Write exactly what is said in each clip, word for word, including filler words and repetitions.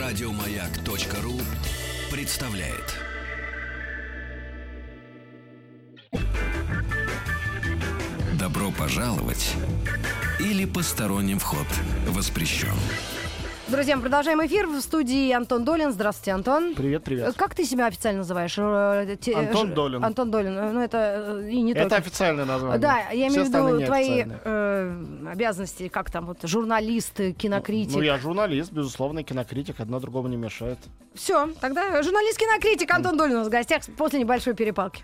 Радиомаяк.ру представляет. Добро пожаловать или посторонним вход воспрещен. Друзья, мы продолжаем эфир. В студии Антон Долин. Здравствуйте, Антон. Привет, привет. Как ты себя официально называешь? Антон Долин. Антон Долин. Ну, это и не Это только. официальное название. Да, я имею в виду твои неофициальные. э, обязанности, как там, вот, журналист, кинокритик. Ну, я журналист, безусловно, кинокритик. Одно другому не мешает. Все, тогда журналист-кинокритик Антон Долин у нас в гостях после небольшой перепалки.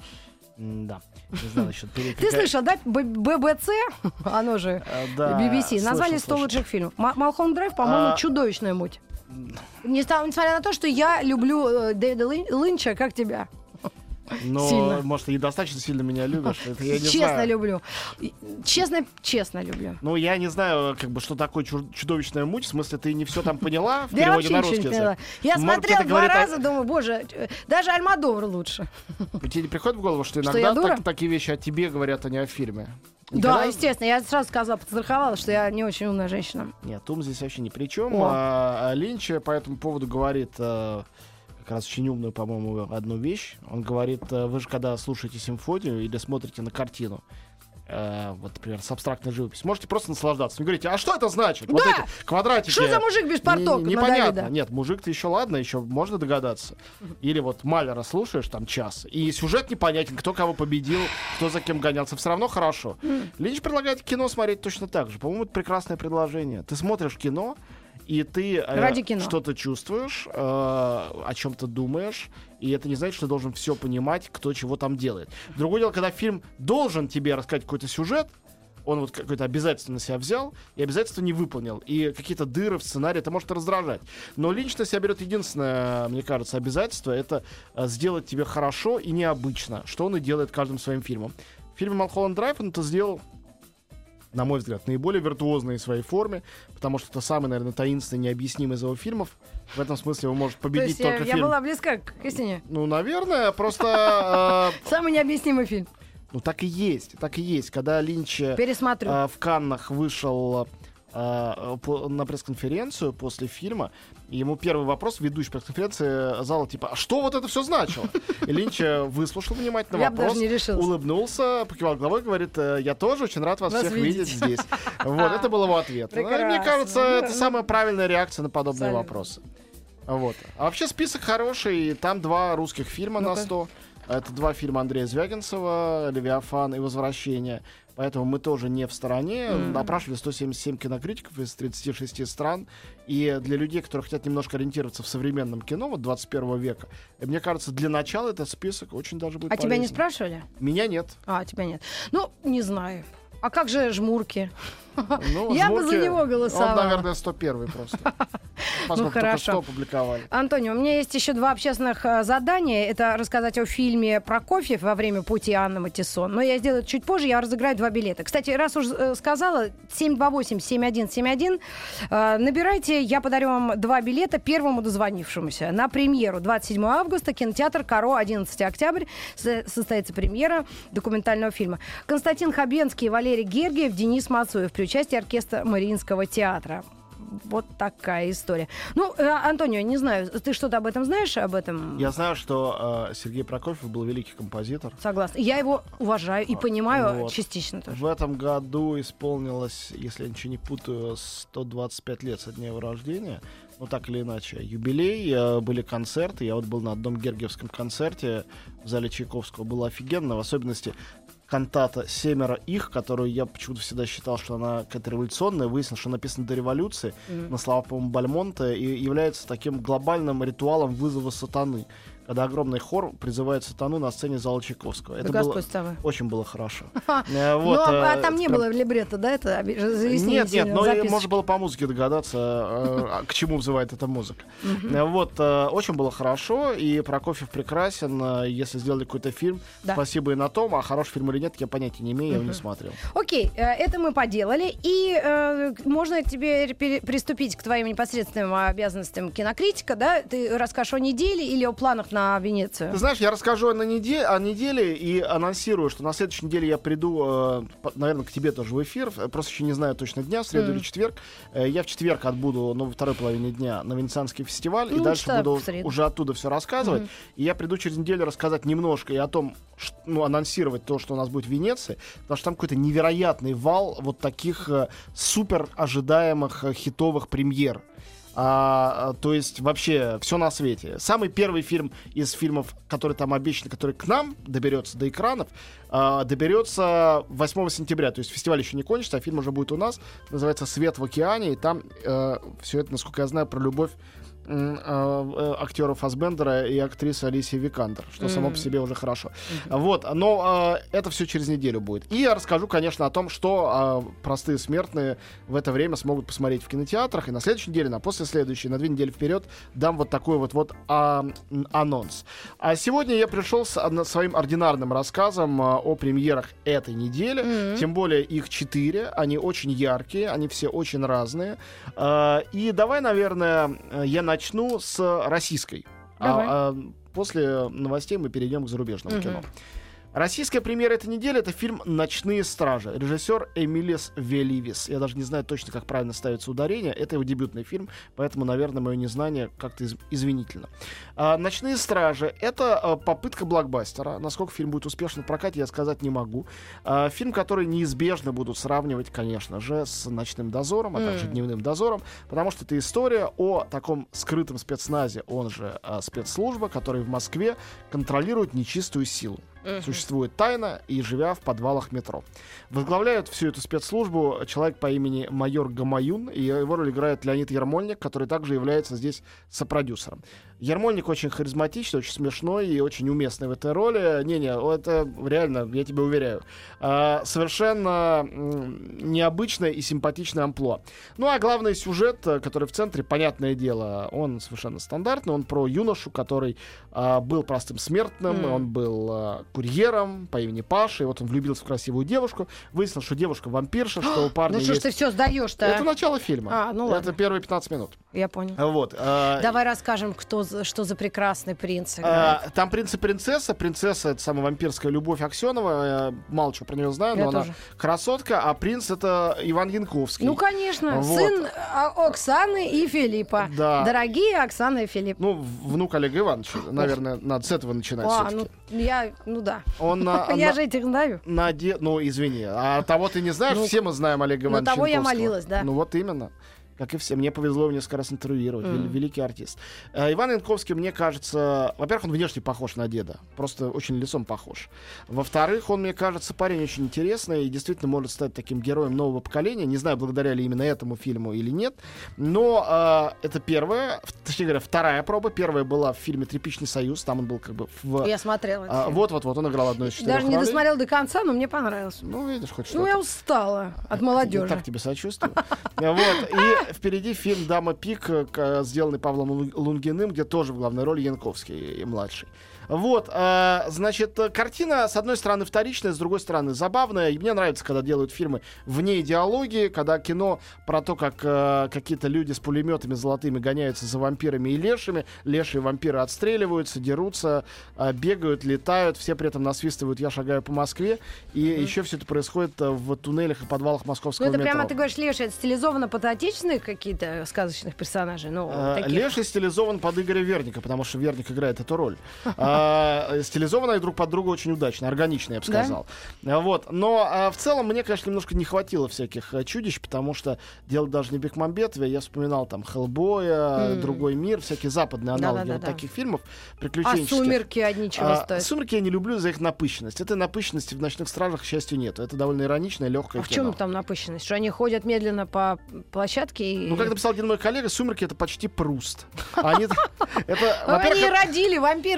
Да, не знаю насчет перепалки. Ты слышал, да? Б Б С, оно же би би си, назвали сто лучших фильмов. Малхолланд Драйв, по-моему, чудовищная муть. Несмотря на то, что я люблю Дэвида Линча, как тебя. Но, сильно. может, ты недостаточно сильно меня любишь. Это я не честно знаю. люблю. Честно, честно люблю. Ну, я не знаю, как бы, что такое чур- чудовищная муть. В смысле, ты не все там поняла в Да я переводе вообще на ничего русский не язык? поняла. Я Может, смотрела это два говорит о- раза, думаю, боже, даже Альмадовр лучше. Тебе не приходит в голову, что Что, иногда я дура? так- такие вещи о тебе говорят, а не о фильме? Да, Никогда- естественно. Я сразу сказала, подстраховала, что я не очень умная женщина. Нет, ум здесь вообще ни при чем. О. А, а Линч по этому поводу говорит э, как раз очень умную, по-моему, одну вещь. Он говорит, э, вы же когда слушаете симфонию или смотрите на картину, э, вот, например, с абстрактной живописью, можете просто наслаждаться. Вы говорите, а что это значит? Вот Да! эти квадратики. Что за мужик без порток Не- на Непонятно. Давида? Нет, мужик-то еще ладно, еще можно догадаться. Или вот Малера слушаешь там час, и сюжет непонятен, кто кого победил, кто за кем гонялся. Все равно хорошо. Линч предлагает кино смотреть точно так же. По-моему, это прекрасное предложение. Ты смотришь кино, и ты э, Ради кино. что-то чувствуешь, э, о чем-то думаешь, и это не значит, что ты должен все понимать, кто чего там делает. Другое дело, когда фильм должен тебе рассказать какой-то сюжет, он вот какое-то обязательство на себя взял и обязательство не выполнил. И какие-то дыры в сценарии это может раздражать. Но Линч на себя берет единственное, мне кажется, обязательство — это э, сделать тебе хорошо и необычно, что он и делает каждым своим фильмом. В фильме «Малхолланд Драйв» он это сделал, на мой взгляд, наиболее виртуозной в своей форме, потому что это самый, наверное, таинственный, необъяснимый из его фильмов. В этом смысле он может То победить есть я, только я фильм. была близка к истине. Ну, наверное, просто... э, Самый необъяснимый фильм. Ну, так и есть, так и есть. Когда Линч э, Пересмотрю. э, в Каннах вышел э, по- на пресс-конференцию после фильма, и ему первый вопрос, ведущий пресс-конференции зала, типа, а что вот это все значило? И Линч э, выслушал внимательно Я бы вопрос, даже не решилась. улыбнулся, покивал головой, говорит, э, я тоже очень рад вас, Вас всех видеть. видеть здесь. Вот, это был его ответ. Ну, и Мне Прекрасно. кажется, Ну, это ну, самая правильная реакция на подобные абсолютно. вопросы. Вот. А вообще список хороший, там два русских фильма на Ну-ка. сто. Это два фильма Андрея Звягинцева, «Левиафан» и «Возвращение». Поэтому мы тоже не в стороне. Мгм. Опрашивали сто семьдесят семь кинокритиков из тридцати шести стран. И для людей, которые хотят немножко ориентироваться в современном кино вот двадцать первого века, мне кажется, для начала этот список очень даже будет А тебя не полезен. спрашивали? Меня нет. А, тебя нет. Ну, не знаю. А как же Жмурки? Ну, Я бы «Жмурки», за него голосовала. Он, наверное, сто первый просто. Поскольку только хорошо. что опубликовали. Антонио, у меня есть еще два общественных э, задания. Это рассказать о фильме Прокофьев во время пути Анны Матиссон. Но я сделаю это чуть позже, я разыграю два билета. Кстати, раз уж э, сказала, семь два восемь семь один семь один, э, набирайте, я подарю вам два билета первому дозвонившемуся. На премьеру двадцать седьмого августа, кинотеатр «Каро», одиннадцатого октября, со- состоится премьера документального фильма. Константин Хабенский, Валерий Гергиев, Денис Мацуев при участии оркестра Мариинского театра. Вот такая история. Ну, э, Антонио, не знаю, ты что-то об этом знаешь, об этом? Я знаю, что э, Сергей Прокофьев был великий композитор. Согласна. Я его уважаю и понимаю Вот. частично тоже. В этом году исполнилось, если я ничего не путаю, сто двадцать пять лет со дня его рождения. Ну, так или иначе, юбилей, э, были концерты. Я вот был на одном гергиевском концерте в зале Чайковского. Было офигенно, в особенности кантата «Семеро их», которую я почему-то всегда считал, что она какая-то революционная. Выяснилось, что написана до революции, Мгм. на слова, по-моему, Бальмонта, и является таким глобальным ритуалом вызова сатаны, когда огромный хор призывает сатану на сцене зала Чайковского. Да Это было, Господь с тобой. очень было хорошо. Ха. Э, Ну, вот, а, а э, там не прям- было либретто, да? Это оби- разъясни Нет, нет, сильно но и записочку. можно было по музыке догадаться, э, а к чему взывает эта музыка. Э, Вот, э, очень было хорошо, и Прокофьев прекрасен. Э, Если сделали какой-то фильм, Да. спасибо и на том, а хороший фильм или нет, я понятия не имею, я его не смотрел. Окей, э, это мы поделали. И э, можно теперь пере- приступить к твоим непосредственным обязанностям кинокритика, да? Ты расскажешь о неделе или о планах на Венецию. Ты знаешь, я расскажу на неделе, о неделе и анонсирую, что на следующей неделе я приду, э, наверное, к тебе тоже в эфир. Просто еще не знаю точно дня, в среду mm. или четверг. Э, я в четверг отбуду, ну, во второй половине дня на Венецианский фестиваль. Ну, и дальше буду уже оттуда все рассказывать. Mm. И я приду через неделю рассказать немножко и о том, что, ну, анонсировать то, что у нас будет в Венеции. Потому что там какой-то невероятный вал вот таких э, супер ожидаемых э, хитовых премьер. А, то есть вообще все на свете. Самый первый фильм из фильмов, который там обещан, который к нам доберется до экранов, а, доберется восьмого сентября. То есть фестиваль еще не кончится, а фильм уже будет у нас. Называется «Свет в океане». И там э, все это, насколько я знаю, про любовь актера Фассбендера и актрисы Алисии Викандер, что mm. само по себе уже хорошо. Mm-hmm. Вот, но э, это все через неделю будет. И я расскажу, конечно, о том, что э, простые смертные в это время смогут посмотреть в кинотеатрах. И на следующей неделе, на после следующей, на две недели вперед дам вот такой вот, вот а, анонс. А сегодня я пришел с одно, своим ординарным рассказом а, о премьерах этой недели. Mm-hmm. Тем более их четыре. Они очень яркие, они все очень разные. А, и давай, наверное, я начну Начну с российской. А, а после новостей мы перейдем к зарубежному uh-huh. кино. Российская премьера этой недели — это фильм «Ночные стражи». Режиссер Эмилис Веливис. Я даже не знаю точно, как правильно ставится ударение. Это его дебютный фильм, поэтому, наверное, мое незнание как-то из- извинительно. А, «Ночные стражи» — это а, попытка блокбастера. Насколько фильм будет успешен в прокате, я сказать не могу. А, фильм, который неизбежно будут сравнивать, конечно же, с «Ночным дозором», а также mm. «Дневным дозором», потому что это история о таком скрытом спецназе, он же а, спецслужба, который в Москве контролирует нечистую силу. Uh-huh. Существует тайна, и живя в подвалах метро. Возглавляет всю эту спецслужбу человек по имени майор Гамаюн, и его роль играет Леонид Ярмольник, который также является здесь сопродюсером. Ярмольник очень харизматичный, очень смешной и очень уместный в этой роли. Не-не, это реально, я тебе уверяю, совершенно необычное и симпатичное амплуа. Ну а главный сюжет, который в центре, понятное дело, он совершенно стандартный. Он про юношу, который был простым смертным, mm. он был курьером по имени Паша, и вот он влюбился в красивую девушку, выяснил, что девушка вампирша, что у парня Ну что есть... ж ты все сдаешь-то? Это начало фильма. А, ну ладно. Это первые пятнадцать минут. Я понял. Вот. Давай расскажем, кто, что за прекрасный принц играет. А, там принц и принцесса. Принцесса — это самая вампирская Любовь Аксенова. Я мало чего про нее знаю, Я но тоже. Она красотка. А принц — это Иван Янковский. Ну, конечно. Вот. Сын Оксаны и Филиппа. Да. Дорогие Оксана и Филипп. Ну, внук Олега Ивановича. Наверное, надо с этого начинать А, все-таки. ну, я, ну да. Он на, я на, же этих знаю. Наде... Ну, извини. А того ты не знаешь? Ну, все мы знаем Олега Ивановича на того я Янковского. молилась, да. Ну, вот именно. Как и все. Мне повезло его несколько раз интервьюировать. Mm. Великий артист. Э, Иван Янковский, мне кажется... Во-первых, он внешне похож на деда. Просто очень лицом похож. Во-вторых, он, мне кажется, парень очень интересный и действительно может стать таким героем нового поколения. Не знаю, благодаря ли именно этому фильму или нет. Но э, это первая, точнее говоря, вторая проба. Первая была в фильме «Тряпичный союз». Там он был как бы в... Я смотрела. А, вот-вот-вот, он играл одну из четырех Даже не ролей. досмотрела до конца, но мне понравилось. Ну, видишь, хоть что-то. Ну, я устала от молодежи. Я так тебе сочувствую. Вот. И впереди фильм «Дама Пик», сделанный Павлом Лунгиным, где тоже в главной роли Янковский и младший. Вот, э, значит, картина, с одной стороны, вторичная, с другой стороны, забавная. И мне нравится, когда делают фильмы вне идеологии, когда кино про то, как э, какие-то люди с пулеметами золотыми гоняются за вампирами и лешими. Лешие и вампиры отстреливаются, дерутся, э, бегают, летают. Все при этом насвистывают «Я шагаю по Москве». И mm-hmm. еще все это происходит в туннелях и подвалах московского метро. Ну, это метро. прямо, ты говоришь, лешие, это стилизовано под отечественных какие-то сказочных персонажей? Ну, э, таких... Леший стилизован под Игоря Верника, потому что Верник играет эту роль. Стилизованные друг под друга очень удачно, органично, я бы сказал. Да? Вот. Но а, в целом мне, конечно, немножко не хватило всяких а, чудищ, потому что дело даже не в Бекмамбетове. Я вспоминал там «Хеллбоя», mm. «Другой мир», всякие западные аналоги да, да, вот да, таких да. фильмов приключенческих. А «Сумерки» одни чего а, стоят? «Сумерки» я не люблю за их напыщенность. Этой напыщенности в «Ночных стражах», к счастью, нет. Это довольно ироничное, легкое а кино. в чем там напыщенность? Что они ходят медленно по площадке и... Ну, как написал один мой коллега, «Сумерки» — это почти Пруст. Они родили, вампиры вообще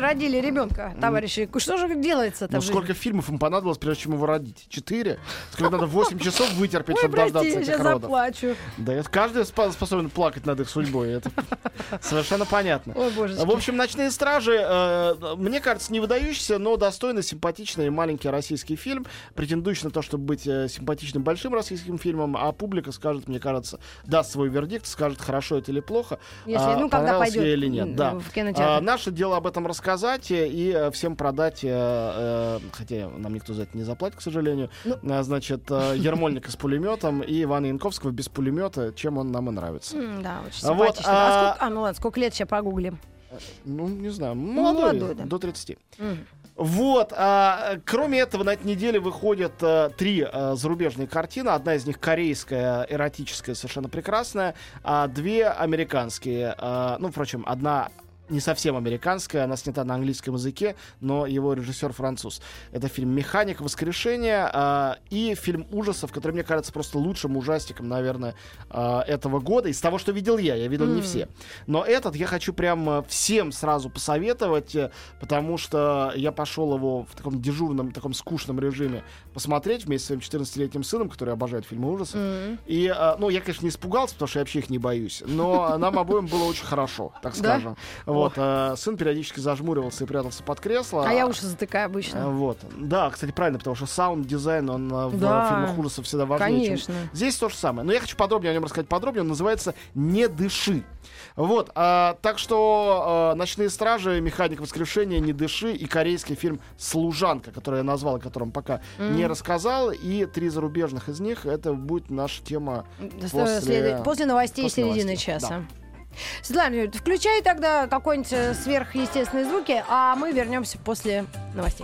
родили ребенка, товарищи, что же делается-то Ну в жизни? сколько фильмов им понадобилось, прежде чем его родить? Четыре? Сколько надо восемь часов вытерпеть, Ой, чтобы прости, дождаться я этих сейчас родов? заплачу. Да, это каждый спа- способен плакать над их судьбой. Это совершенно понятно. Ой, божечки. В общем, «Ночные стражи», э, мне кажется, не выдающийся, но достойный, симпатичный и маленький российский фильм, претендующий на то, чтобы быть э, симпатичным большим российским фильмом, а публика скажет, мне кажется, даст свой вердикт, скажет, хорошо это или плохо, Если, а, ну, когда понравилось пойдет ей или нет. Да. в кинотеатр. А, наше дело об этом рассказать э, и э, всем продать, э, э, хотя нам никто за это не заплатит, к сожалению, Ну. а, значит, э, Ермольника с пулеметом и Ивана Янковского без пулемета, чем он нам и нравится. М, Да, очень А вот, симпатично. А, а- сколько, а, ну ладно, сколько лет сейчас погуглим. Ну, не знаю, молодой, молодой, да. до тридцати. Мгм. Вот, а, кроме этого, на этой неделе выходят а, три а, зарубежные картины. Одна из них корейская, эротическая, совершенно прекрасная, а две американские. А, ну, впрочем, одна не совсем американская, она снята на английском языке, но его режиссер француз. Это фильм «Механик. Воскрешение» а, и фильм ужасов, который, мне кажется, просто лучшим ужастиком, наверное, а, этого года. Из того, что видел я, я видел не Mm. все. Но этот я хочу прям а, всем сразу посоветовать, э, потому что я пошел его в таком дежурном, таком скучном режиме посмотреть вместе с своим четырнадцатилетним сыном, который обожает фильмы ужасов. М. И, а, ну, я, конечно, не испугался, потому что я вообще их не боюсь, но нам обоим было очень хорошо, так Да? скажем. Вот, а, сын периодически зажмуривался и прятался под кресло. А я уши затыкаю А, обычно. Вот. Да, кстати, правильно, потому что саунд-дизайн, он а, в Да. а, фильмах ужасов всегда важнее, чем... Конечно. Здесь то же самое. Но я хочу подробнее о нем рассказать подробнее. Он называется «Не дыши». Вот. а, так что а, «Ночные стражи», «Механик. Воскрешения», «Не дыши» и корейский фильм «Служанка», который я назвал, о котором пока Мгм. не рассказал. И три зарубежных из них. Это будет наша тема После, после- после новостей после середины новостей, часа. Светлана Юрьевна, включай тогда какой-нибудь э, сверхъестественные звуки, а мы вернемся после новостей.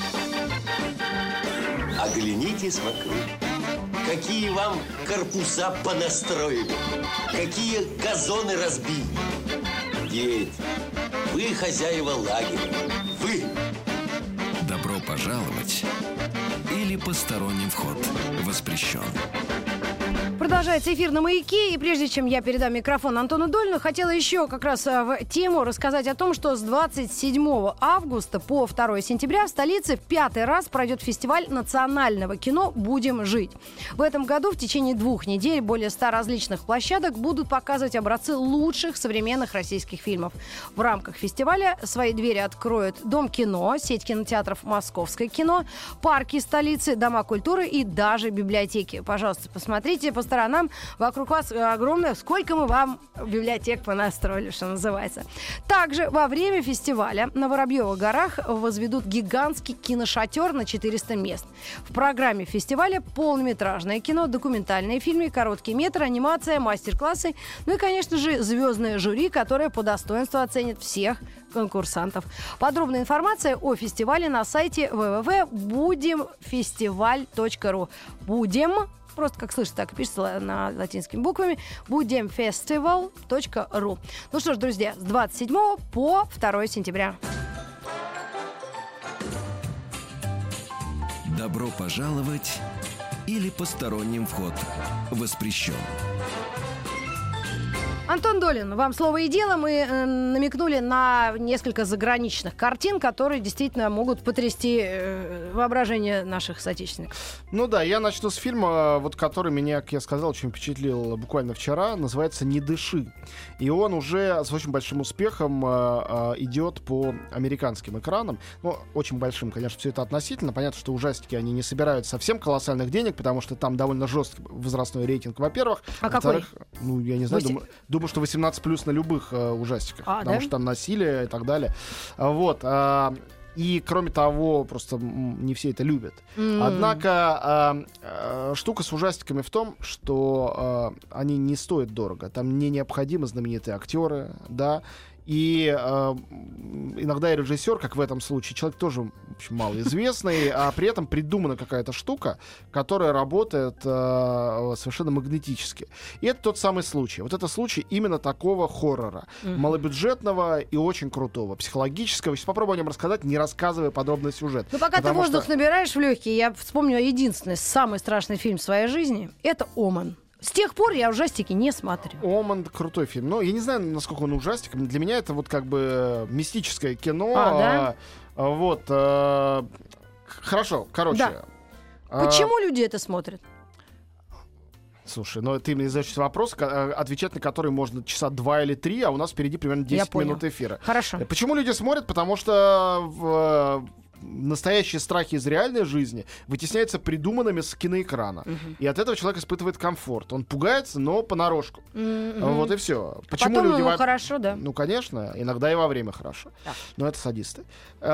Оглянитесь вокруг. Какие вам корпуса понастроили, какие газоны разбили. Дети, вы хозяева лагеря, вы. Добро пожаловать или посторонним вход воспрещен. Продолжается эфир на «Маяке», и прежде чем я передам микрофон Антону Долину, хотела еще как раз а, в тему рассказать о том, что с двадцать седьмого августа по второго сентября в столице в пятый раз пройдет фестиваль национального кино «Будем жить». В этом году в течение двух недель более ста различных площадок будут показывать образцы лучших современных российских фильмов. В рамках фестиваля свои двери откроют Дом кино, сеть кинотеатров «Московское кино», парки столицы, дома культуры и даже библиотеки. Пожалуйста, посмотрите по сторонам, вокруг вас огромное, сколько мы вам библиотек понастроили, что называется. Также во время фестиваля на Воробьевых горах возведут гигантский киношатер на четыреста мест. В программе фестиваля полнометражное кино, документальные фильмы, короткие метры, анимация, мастер-классы, ну и, конечно же, звездное жюри, которое по достоинству оценит всех конкурсантов. Подробная информация о фестивале на сайте дабл ю дабл ю дабл ю точка будем фестиваль точка ру. Будем, просто как слышится, так и пишется на латинскими буквами, будем фестивал точка ру. Ну что ж, друзья, с двадцать седьмого по второго сентября. Добро пожаловать или посторонним вход воспрещен. Антон Долин, вам слово и дело. Мы э, намекнули на несколько заграничных картин, которые действительно могут потрясти э, воображение наших соотечественников. Ну да, я начну с фильма, вот который меня, как я сказал, очень впечатлил буквально вчера. Называется «Не дыши». И он уже с очень большим успехом э, э, идет по американским экранам. Ну, очень большим, конечно, все это относительно. Понятно, что ужастики, они не собирают совсем колоссальных денег, потому что там довольно жесткий возрастной рейтинг, во-первых. А Во-вторых, ну, я не знаю, Восемь- думаю, думаю, что восемнадцать плюс на любых э, ужастиках. А, потому да? что там насилие и так далее. А, Вот. а, И, кроме того, просто м, не все это любят. М. Однако а, а, штука с ужастиками в том, что а, они не стоят дорого. Там не необходимы знаменитые актеры, да. И э, иногда и режиссер, как в этом случае, человек тоже, в общем, малоизвестный, а при этом придумана какая-то штука, которая работает э, совершенно магнетически. И это тот самый случай. Вот это случай именно такого хоррора. Мгм. Малобюджетного и очень крутого. Психологического. Сейчас попробую о нем рассказать, не рассказывая подробный сюжет. Ну, пока ты Потому воздух что- набираешь в легкие, я вспомню единственный, самый страшный фильм в своей жизни. Это «Омен». С тех пор я ужастики не смотрю. «Омен» — крутой фильм. Но я не знаю, насколько он ужастик. Для меня это вот как бы мистическое кино. А, да? А, вот. А, хорошо, короче. Да. А, Почему люди это смотрят? Слушай, ну ты мне задаешь вопрос, отвечать на который можно часа два или три, а у нас впереди примерно десять минут эфира. Хорошо. Почему люди смотрят? Потому что в... настоящие страхи из реальной жизни вытесняются придуманными с киноэкрана. Uh-huh. И от этого человек испытывает комфорт. Он пугается, но понарошку. Uh-huh. Вот и все. Почему а потом люди ему во... хорошо, да? Ну, конечно, иногда и во время хорошо. Да. Но это садисты.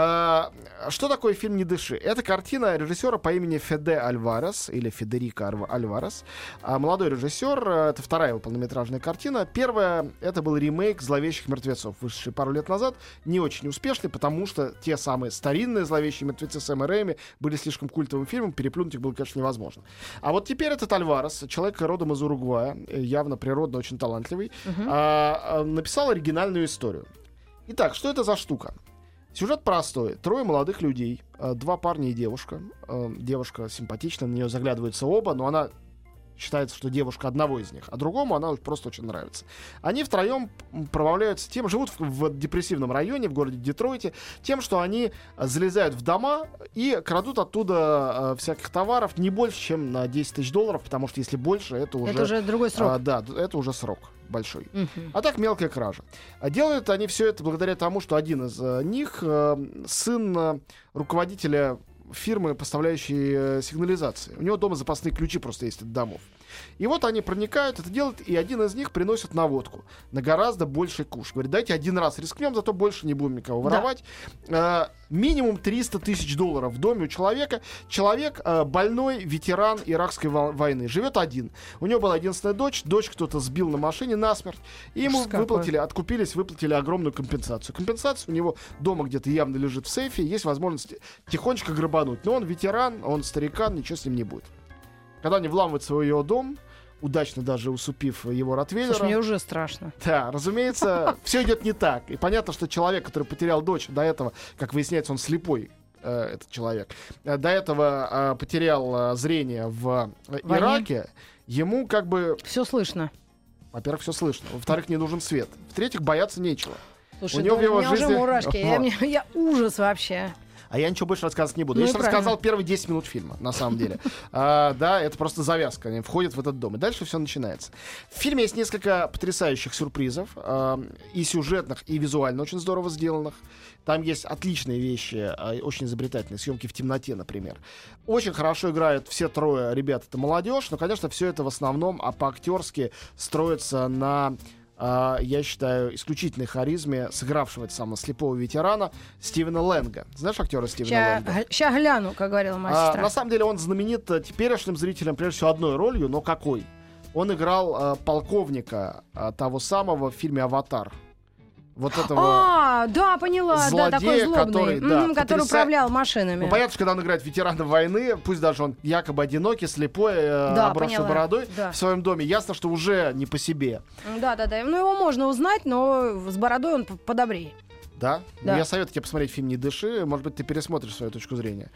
А, что такое фильм «Не дыши»? Это картина режиссера по имени Феде Альварес, или Федерико Альварес. А, молодой режиссер. Это вторая его полнометражная картина. Первая — это был ремейк «Зловещих мертвецов», вышедший пару лет назад. Не очень успешный, потому что те самые старинные «Зловещие мертвецы» Сэма Рэйми были слишком культовым фильмом, переплюнуть их было, конечно, невозможно. А вот теперь этот Альварес, человек родом из Уругвая, явно природно очень талантливый, uh-huh. а, а, написал оригинальную историю. Итак, что это за штука? Сюжет простой. Трое молодых людей, два парня и девушка. Девушка симпатичная, на нее заглядываются оба, но она... считается, что девушка одного из них, а другому она просто очень нравится. Они втроем пробавляются тем, живут в, в депрессивном районе в городе Детройте, тем, что они залезают в дома и крадут оттуда э, всяких товаров не больше, чем на десять тысяч долларов, потому что если больше, это уже... Это уже другой срок. А, да, это уже срок большой. Uh-huh. А так мелкая кража. А делают они все это благодаря тому, что один из э, них э, сын э, руководителя фирмы, поставляющей э, сигнализации. У него дома запасные ключи просто есть от домов. И вот они проникают, это делают, и один из них приносит наводку на гораздо больший куш. Говорит, дайте один раз рискнем, зато больше не будем никого воровать. Да. Э, минимум триста тысяч долларов в доме у человека. Человек э, больной, ветеран иракской войны. Живет один. У него была единственная дочь. Дочь кто-то сбил на машине насмерть. И ему Какой? выплатили, откупились, выплатили огромную компенсацию. Компенсация у него дома где-то явно лежит в сейфе. Есть возможность тихонечко грабануть. Но он ветеран, он старикан, ничего с ним не будет. Когда они вламываются в его дом, удачно даже усыпив его ротвейлера... Слушай, мне уже страшно. Да, разумеется, все идет не так. И понятно, что человек, который потерял дочь, до этого, как выясняется, он слепой, э, этот человек, э, до этого э, потерял э, зрение в э, Ираке, ему как бы... Все слышно. Во-первых, все слышно. Во-вторых, не нужен свет. В-третьих, бояться нечего. Слушай, у него да, в его у меня жизни... уже мурашки. Я, мне, я ужас вообще. А я ничего больше рассказывать не буду. Ну, я сейчас рассказал первые десять минут фильма, на самом деле. а, да, это просто завязка. Они входят в этот дом. И дальше все начинается. В фильме есть несколько потрясающих сюрпризов. А, и сюжетных, и визуально очень здорово сделанных. Там есть отличные вещи, а, очень изобретательные. Съемки в темноте, например. Очень хорошо играют все трое ребят. Это молодежь. Но, конечно, все это в основном а по-актерски строится на... Uh, я считаю, исключительной харизме сыгравшего этого самого слепого ветерана Стивена Лэнга. Знаешь актера Стивена Ща, Лэнга? Ща гляну, как говорила моя uh, сестра. На самом деле он знаменит теперешним зрителям прежде всего одной ролью, но какой? Он играл uh, полковника uh, того самого в фильме «Аватар». Вот этого а, да, поняла, злодея, да, такой злобный, который, да, м-м, который потряса... управлял машинами. Ну, понятно, что когда он играет ветерана войны, пусть даже он якобы одинокий, слепой, да, обросший поняла. бородой да. в своем доме, ясно, что уже не по себе. Да, да, да. Ну, его можно узнать, но с бородой он подобрее. Да? Да. Ну, я советую тебе посмотреть фильм «Не дыши». Может быть, ты пересмотришь свою точку зрения.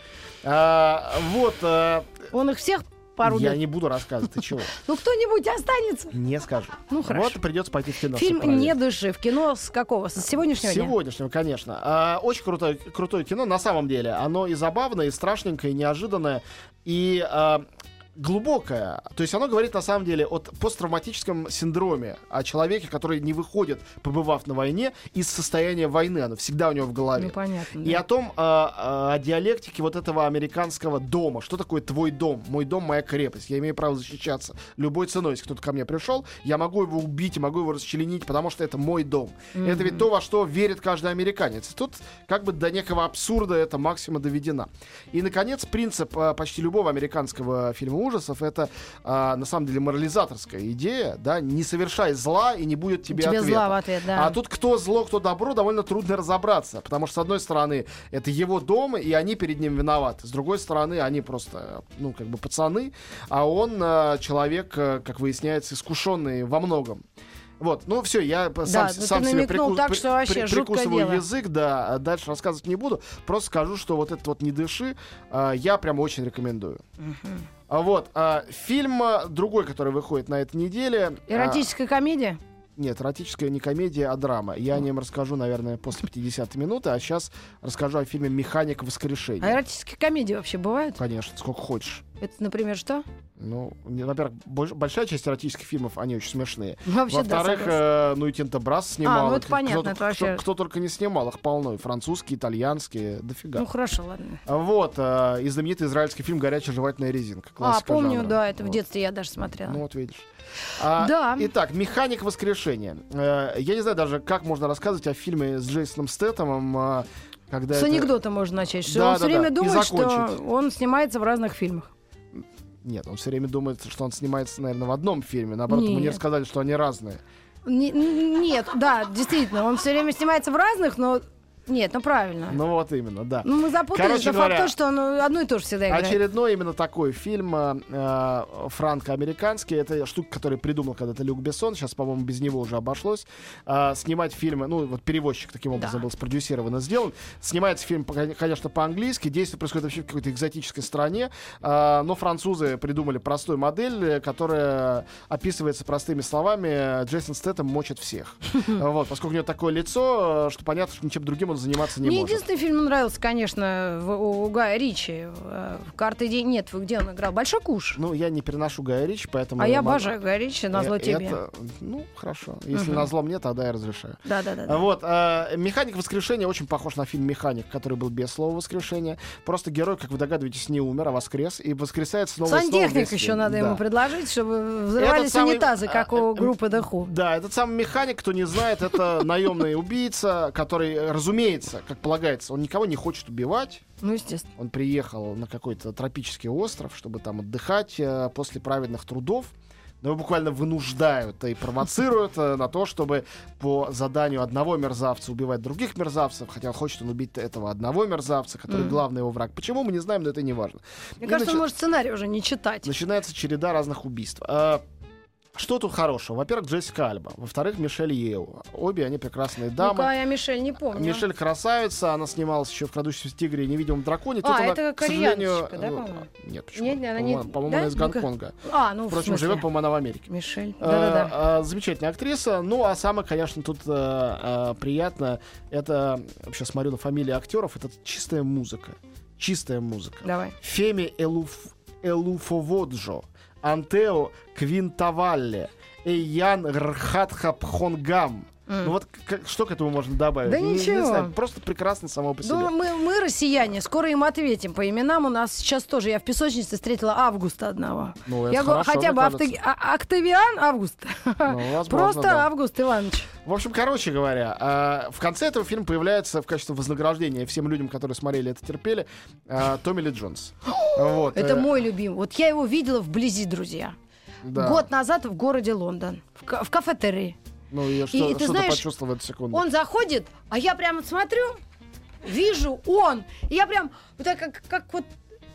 А, вот. А... Он их всех порубит. Я не буду рассказывать. Ты чего? Ну, кто-нибудь останется. Не скажу. Ну, хорошо. Вот придется пойти в кино. Фильм «Не дыши». В кино с какого? С сегодняшнего С дня? сегодняшнего, конечно. А, очень крутое, крутое кино. На самом деле. Оно и забавное, и страшненькое, и неожиданное. И... А... глубокое. То есть оно говорит на самом деле о посттравматическом синдроме, о человеке, который не выходит, побывав на войне, из состояния войны. Оно всегда у него в голове. Ну, понятно. И да. о том, о, о диалектике вот этого американского дома. Что такое твой дом? Мой дом, моя крепость. Я имею право защищаться любой ценой. Если кто-то ко мне пришел, я могу его убить, могу его расчленить, потому что это мой дом. Mm-hmm. Это ведь то, во что верит каждый американец. И тут как бы до некого абсурда эта максима доведена. И, наконец, принцип почти любого американского фильма ужасов — это а, на самом деле морализаторская идея, да, не совершай зла, и не будет тебе, тебе ответа. Зла в ответ, да. А тут кто зло, кто добро, довольно трудно разобраться, потому что с одной стороны это его дом, и они перед ним виноваты, с другой стороны они просто, ну, как бы пацаны, а он а, человек, как выясняется, искушенный во многом. Вот, ну все, я Да, сам, ну сам ты себе намекнул прику- так, при- что вообще при- жуткое прикусываю дело. язык, да, а дальше рассказывать не буду. Просто скажу, что вот этот вот «Не дыши» а, я прям очень рекомендую. А вот, а, фильм а, другой, который выходит на этой неделе. а, Эротическая комедия? Нет, эротическая не комедия, а драма. Я о нем расскажу, наверное, после пятидесятой минуты, а сейчас расскажу о фильме «Механик воскрешения». А эротические комедии вообще бывают? Конечно, сколько хочешь. Это, например, что? Ну, не- во-первых, больш- большая часть эротических фильмов, они очень смешные. Вообще, да, Во-вторых, согласна. э, ну и Тинто Брас снимал. А, ну это Кто- понятно, кто, это вообще- кто- кто только не снимал, их полно. И французские, итальянские, дофига. Ну хорошо, ладно. Вот, э, и знаменитый израильский фильм «Горячая жевательная резинка». А, Классика помню, жанра. да, это в Вот. детстве я даже смотрела. Ну вот видишь. А, Да. Итак, «Механик воскрешения». Э, я не знаю даже, как можно рассказывать о фильме с Джейсоном Стэтхэмом, э, когда С это- анекдота можно начать, что Да, он да, все время да, и думает, что закончить. он снимается в разных фильмах. Нет, он все время думает, что он снимается, наверное, в одном фильме. Наоборот, ему не Нет. рассказали, что они разные. Не- н- нет, да, действительно, он все время снимается в разных, но... Нет, ну правильно. Ну вот именно, да. Ну, мы запутались, Короче но факт говоря, то, что он одно и то же всегда играет. Очередной именно такой фильм э, э, франко-американский. Это штука, которую придумал когда-то Люк Бессон. Сейчас, по-моему, без него уже обошлось. Э, снимать фильмы, ну, вот перевозчик таким образом Да. был спродюсирован и сделан. Снимается фильм, по- конечно, по-английски. Действие происходит вообще в какой-то экзотической стране. Э, но французы придумали простую модель, э, которая описывается простыми словами. Джейсон Стэтэм мочит всех. Вот, поскольку у него такое лицо, э, что понятно, что ничем другим он заниматься не Мне может. единственный фильм нравился, конечно, в- у, у Гая Ричи. э, «Карты день». Нет, где он играл? «Большой куш». Ну, я не переношу Гая Ричи, поэтому... А я могу- обожаю Гая Ричи, назло Э, тебе. это- ну, хорошо. Если Мгм. назло мне, тогда я разрешаю. Да-да-да. Вот, э, «Механик воскрешения» очень похож на фильм «Механик», который был без слова «воскрешение». Просто герой, как вы догадываетесь, не умер, а воскрес. И воскресает снова и снова Сантехник весь еще фильм. надо Да. ему предложить, чтобы взрывались Этот самый, унитазы, как а, у э, группы The Who. Да, этот самый «Механик», кто не знает, это наемный убийца, который, разумеется, как полагается, он никого не хочет убивать. Ну, естественно. Он приехал на какой-то тропический остров, чтобы там отдыхать э, после праведных трудов. Но его буквально вынуждают и провоцируют э, на то, чтобы по заданию одного мерзавца убивать других мерзавцев, хотя хочет он убить этого одного мерзавца, который Мгм. главный его враг. Почему, мы не знаем, но это не важно. Мне И кажется, он начи- может сценарий уже не читать. Начинается череда разных убийств. А, что тут хорошего? Во-первых, Джессика Альба. Во-вторых, Мишель Йеу. Обе они прекрасные дамы. Ну-ка, я Мишель не помню. Мишель красавица, она снималась еще в «Крадущемся тигре» и «Невидимом драконе». Тут А, она, это к сожалению, кореяночка, да, ну, по-моему? Нет, почему? Нет, она не- По-моему, по-моему, да? она из Ну-ка. Гонконга. А, ну, в Впрочем, смысле? живет, по-моему, она в Америке. Мишель. А, Да-да-да. а, замечательная актриса. Ну, а самое, конечно, тут а, а, приятно, это, вообще смотрю на фамилии актеров, это чистая музыка. Чистая музыка. Давай. Феми Элуф, Элуфоводжо, Антео Квинтавалле, Эйян Рхатхапхонгам. М. Ну вот к- что к этому можно добавить? Да Не- не ничего. знаю, просто прекрасно само по себе. Ну, мы, мы, россияне, скоро им ответим по именам. У нас сейчас тоже, я в песочнице встретила Августа одного. Ну, это Я говорю, хорошо, хотя мне бы кажется. Авто- А- Октавиан Август. Ну, возможно, Просто да. Август Иванович. В общем, короче говоря, э, в конце этого фильма появляется в качестве вознаграждения всем людям, которые смотрели это, терпели, э, Томми Ли Джонс. Вот, Это э, мой любимый. Вот я его видела вблизи, друзья. да. Год назад в городе Лондон. В, ка- в кафетерии. Ну, и что, и ты что знаешь, ты почувствовал в эту секунду? Он заходит, а я прямо смотрю, вижу, он. И я прям вот так как, как вот...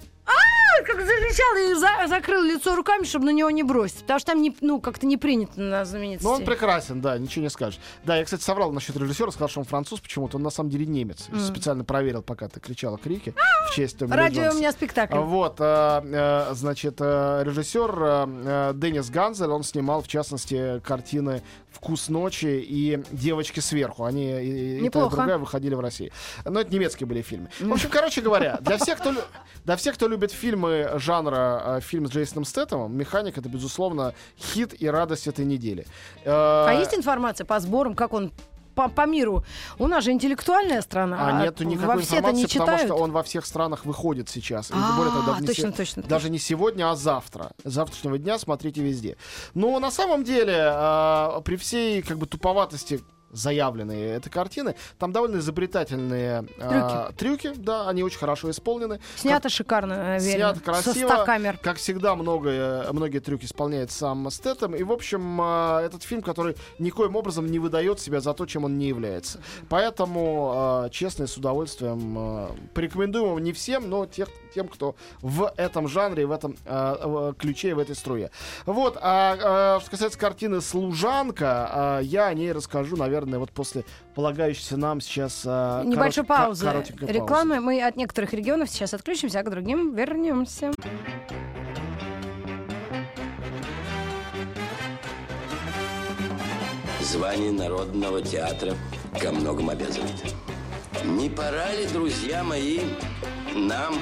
А, как закричала и за- закрыла лицо руками, чтобы на него не бросить. Потому что там не, ну, как-то не принято на знаменитости. Ну, он прекрасен, да, ничего не скажешь. Да, я, кстати, соврал насчет режиссера, сказал, что он француз, почему-то он на самом деле немец. Я Мгм. специально проверил, пока ты кричала крики в честь Томми Ли Радио Джонса. у меня спектакль. А, Вот, э, э, значит, э, режиссер э, э, Деннис Ганзель, он снимал, в частности, картины «Вкус ночи» и «Девочки сверху». Они и, и та, и Неплохо. другая выходили в России. Но это немецкие были фильмы. В общем, короче говоря, для всех, кто, лю- для всех, кто любит фильмы жанра э, фильм с Джейсоном Стэтхэмом, «Механик» — это, безусловно, хит и радость этой недели. Э, А есть информация по сборам, как он по, по миру? У нас же интеллектуальная страна. А нету никакой во все это информации, не потому читают. что он во всех странах выходит сейчас. И А, более того, даже не точно, се- точно, даже не сегодня, а завтра. С завтрашнего дня смотрите везде. Но на самом деле, а, при всей как бы туповатости заявленные этой картины. Там довольно изобретательные Трюки. э, трюки, да, они очень хорошо исполнены. Снято Как- шикарно, наверное. Снято красиво. Со ста камер. Как всегда, многое, многие трюки исполняет сам Стэтэм. И, в общем, э, этот фильм, который никоим образом не выдает себя за то, чем он не является. Поэтому, э, честно и с удовольствием э, порекомендуем его не всем, но тех, тем, кто в этом жанре, в этом э, ключе и в этой струе. Вот. А э, что касается картины «Служанка», э, я о ней расскажу, наверное, вот после полагающейся нам сейчас э, Небольшой корот- паузы. коротенькой паузы. Рекламы. Мы от некоторых регионов сейчас отключимся, а к другим вернемся. Звание Народного театра ко многому обязывает. Не пора ли, друзья мои, нам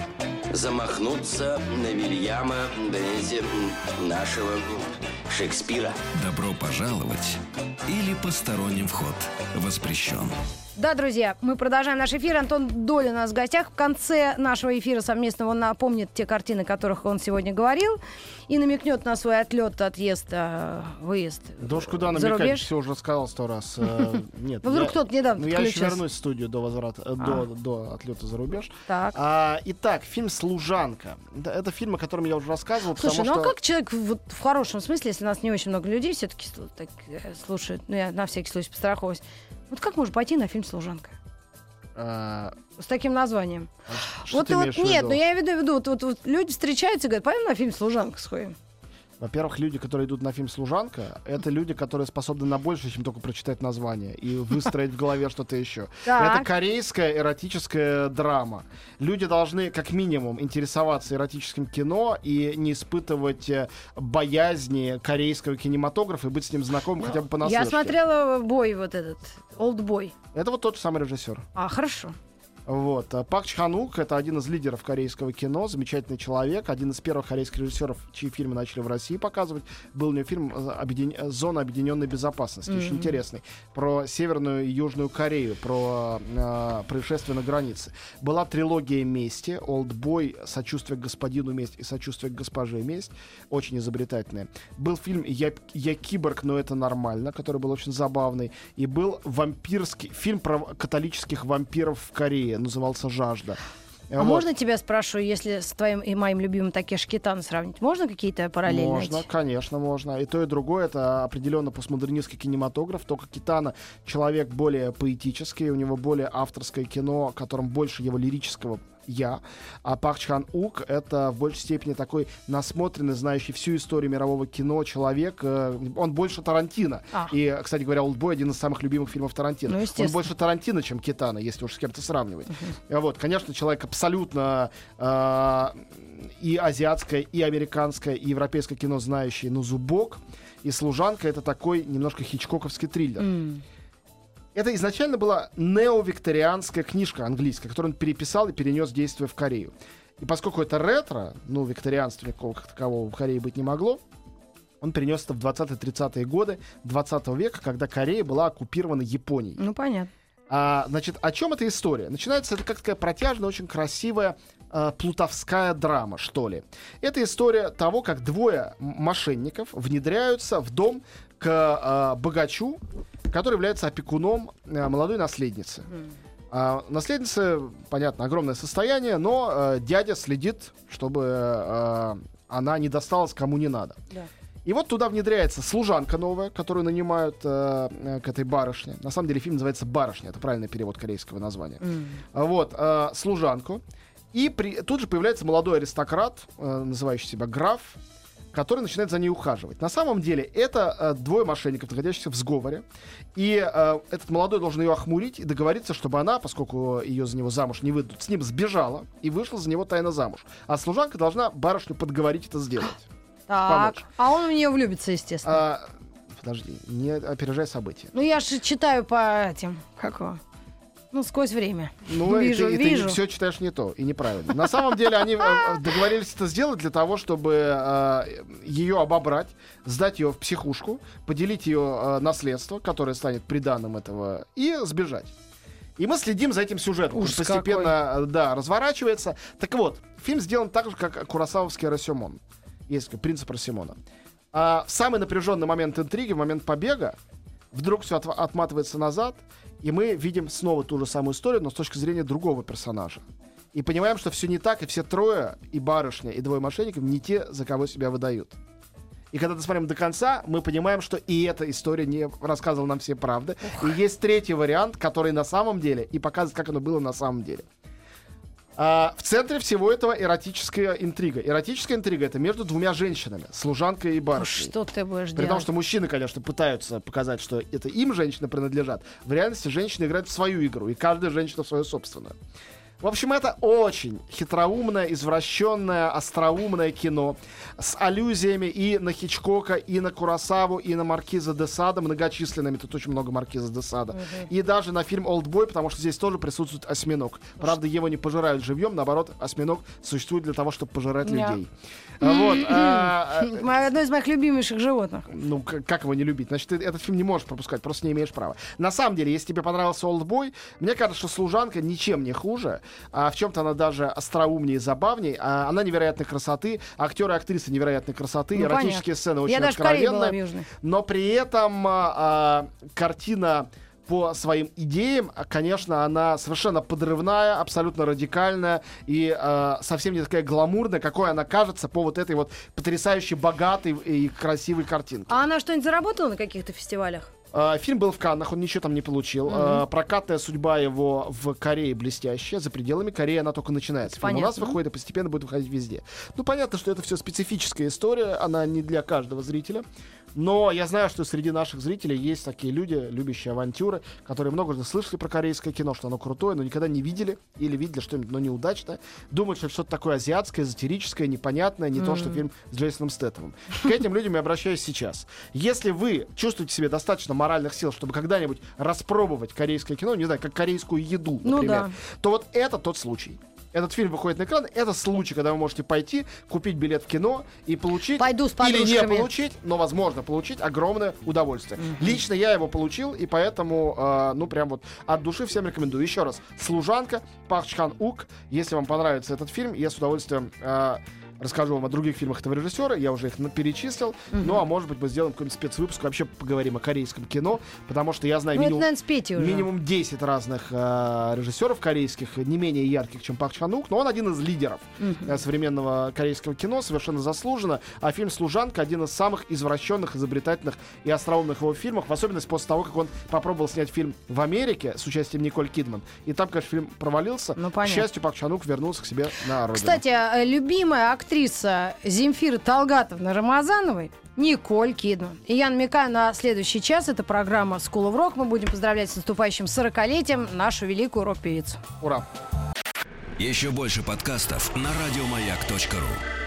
замахнуться на Вильяма, знаете, нашего Шекспира? Добро пожаловать или посторонним вход воспрещен. Да, друзья, мы продолжаем наш эфир. Антон Долин у нас в гостях. В конце нашего эфира совместного он напомнит те картины, о которых он сегодня говорил, и намекнет на свой отлет, отъезд, э, выезд Да уж куда за намекать, рубеж. все уже сказал сто раз. Э, Нет, Ну, вдруг я- кто-то недавно ну, я еще подключился. вернусь в студию до возврата, э, до, до отлета за рубеж. Так. А, итак, фильм «Служанка». Да, это фильм, о котором я уже рассказывал, Слушай, потому ну что... а как человек вот, в хорошем смысле, если нас не очень много людей все-таки так, э, слушают, ну я на всякий случай постраховываюсь, вот как можно пойти на фильм «Служанка» а, с таким названием? что Вот, ты вот имеешь в нет, виду? ну я имею в виду, вот, вот, вот люди встречаются и говорят, пойдем на фильм «Служанка» сходим. Во-первых, люди, которые идут на фильм «Служанка», это люди, которые способны на больше, чем только прочитать название и выстроить в голове что-то еще. Так. Это корейская эротическая драма. Люди должны, как минимум, интересоваться эротическим кино и не испытывать э, боязни корейского кинематографа и быть с ним знакомым хотя бы понаслышке. Я смотрела бой вот этот, «Олдбой». Это вот тот же самый режиссер. А, хорошо. Вот. а Пак Чхан Ук — это один из лидеров корейского кино, замечательный человек, один из первых корейских режиссеров, чьи фильмы начали в России показывать. Был у него фильм объедин... «Зона объединенной безопасности», mm-hmm. очень интересный, про Северную и Южную Корею, про э, происшествие на границе. Была трилогия «Мести», «Олдбой», «Сочувствие к господину месть» и «Сочувствие к госпоже месть», очень изобретательная. Был фильм «Я, Я киборг, но это нормально», который был очень забавный. И был вампирский фильм про католических вампиров в Корее, назывался «Жажда». А Вот. можно тебя спрошу, если с твоим и моим любимым Такеши Китано сравнить, можно какие-то параллели Можно, найти? конечно, можно. И то, и другое — это определенно постмодернистский кинематограф. Только Китано человек более поэтический, у него более авторское кино, в котором больше его лирического «я». А Пак Чхан Ук — это в большей степени такой насмотренный, знающий всю историю мирового кино человек. Э, Он больше Тарантино. А. И, кстати говоря, «Олдбой» — один из самых любимых фильмов Тарантино. Ну, Он естественно. больше Тарантино, чем Китано, если уж с кем-то сравнивать. Uh-huh. Вот, конечно, человек абсолютно э, и азиатское, и американское, и европейское кино знающий на зубок. И «Служанка» — это такой немножко хичкоковский триллер. Mm. Это изначально была неовикторианская книжка английская, которую он переписал и перенес действие в Корею. И поскольку это ретро, ну, викторианства никакого как такового в Корее быть не могло, он перенес это в двадцатые-тридцатые годы двадцатого века, когда Корея была оккупирована Японией. Ну, понятно. А, значит, о чем эта история? Начинается это как такая протяжная, очень красивая э, плутовская драма, что ли. Это история того, как двое мошенников внедряются в дом к э, богачу, который является опекуном э, молодой наследницы. Mm. А, наследница, понятно, огромное состояние, но э, дядя следит, чтобы э, она не досталась кому не надо. Да. И вот туда внедряется служанка новая, которую нанимают э, э, к этой барышне. На самом деле фильм называется «Барышня», это правильный перевод корейского названия. Mm. Вот, э, служанку. И при, тут же появляется молодой аристократ, э, называющий себя граф, который начинает за ней ухаживать. На самом деле это э, двое мошенников, находящихся в сговоре. И э, этот молодой должен ее охмурить и договориться, чтобы она, поскольку ее за него замуж не выйдут, с ним сбежала и вышла за него тайно замуж. А служанка должна барышню подговорить это сделать. Так, Помочь. а он в нее влюбится, естественно. А, подожди, не опережай события. Ну, я же читаю по этим, как его, ну, сквозь время. Ну, вижу, и ты, вижу. ты все читаешь не то и неправильно. На самом деле они э, договорились это сделать для того, чтобы э, ее обобрать, сдать ее в психушку, поделить ее э, наследство, которое станет приданым этого, и сбежать. И мы следим за этим сюжетом. Он постепенно какой. да, разворачивается. Так вот, фильм сделан так же, как куросавовский «Расемон». Есть принцип Расемона. А в самый напряженный момент интриги, в момент побега, Вдруг все от, отматывается назад, и мы видим снова ту же самую историю, но с точки зрения другого персонажа. И понимаем, что все не так, и все трое, и барышня, и двое мошенников, не те, за кого себя выдают. И когда досмотрим до конца, мы понимаем, что и эта история не рассказывала нам все правды. Ух. И есть третий вариант, который на самом деле, и показывает, как оно было на самом деле. А, в центре всего этого эротическая интрига. Эротическая интрига — это между двумя женщинами, служанкой и барышней. Что ты будешь При делать? том, что мужчины, конечно, пытаются показать, что это им женщины принадлежат. В реальности женщины играют в свою игру, и каждая женщина в свою собственную. В общем, это очень хитроумное, извращенное, остроумное кино с аллюзиями и на Хичкока, и на Куросаву, и на Маркиза де Сада, многочисленными, тут очень много Маркиза де Сада, uh-huh. и даже на фильм «Олдбой», потому что здесь тоже присутствует осьминог. Правда, его не пожирают живьем, наоборот, осьминог существует для того, чтобы пожирать yeah. людей. Вот, а, одно из моих любимейших животных. Ну, как, как его не любить? Значит, ты этот фильм не можешь пропускать, просто не имеешь права. На самом деле, если тебе понравился «Олдбой», мне кажется, что «Служанка» ничем не хуже, а в чем-то она даже остроумнее и забавнее. А она невероятной красоты, актеры и актрисы невероятной красоты, ну, эротические понятно. Сцены очень Я откровенные. Но при этом а, а, картина по своим идеям, конечно, она совершенно подрывная, абсолютно радикальная и э, совсем не такая гламурная, какой она кажется по вот этой вот потрясающе богатой и красивой картинке. А она что-нибудь заработала на каких-то фестивалях? Uh, фильм был в Каннах, он ничего там не получил. Uh-huh. Uh, прокатная судьба его в Корее блестящая. За пределами Кореи она только начинается. Фильм у нас выходит и постепенно будет выходить везде. Ну, понятно, что это все специфическая история. Она не для каждого зрителя. Но я знаю, что среди наших зрителей есть такие люди, любящие авантюры, которые многожды слышали про корейское кино, что оно крутое, но никогда не видели или видели что-нибудь, но неудачное. Думают, что это что-то такое азиатское, эзотерическое, непонятное, не mm-hmm. то, что фильм с Джейсоном Стэтхэмом. К этим людям я обращаюсь сейчас. Если вы чувствуете в себе достаточно моральных сил, чтобы когда-нибудь распробовать корейское кино, не знаю, как корейскую еду, например, ну, да. то вот это тот случай. Этот фильм выходит на экран. Это случай, когда вы можете пойти, купить билет в кино и получить, пойду с или не получить, но возможно получить огромное удовольствие. Mm-hmm. Лично я его получил, и поэтому, э, ну, прям вот от души всем рекомендую. Еще раз, «Служанка», Пак Чхан Ук. Если вам понравится этот фильм, я с удовольствием э, расскажу вам о других фильмах этого режиссера. Я уже их перечислил. Mm-hmm. Ну, а может быть, мы сделаем какой-нибудь спецвыпуск, вообще поговорим о корейском кино, потому что я знаю ну, минимум, это, наверное, минимум десять разных э, режиссеров корейских, не менее ярких, чем Пак Чхан Ук, но он один из лидеров mm-hmm. э, современного корейского кино, совершенно заслуженно. А фильм «Служанка» один из самых извращенных, изобретательных и остроумных его фильмов, в особенности после того, как он попробовал снять фильм в Америке с участием Николь Кидман. И там, конечно, фильм провалился. Ну, к счастью, Пак Чхан Ук вернулся к себе на родину. Кстати, любимая актриса Земфиры Талгатовны Рамазановой Николь Кидман. И я намекаю на следующий час. Это программа School of Rock. Мы будем поздравлять с наступающим сорокалетием нашу великую рок-певицу. Ура! Еще больше подкастов на радиомаяк точка ру.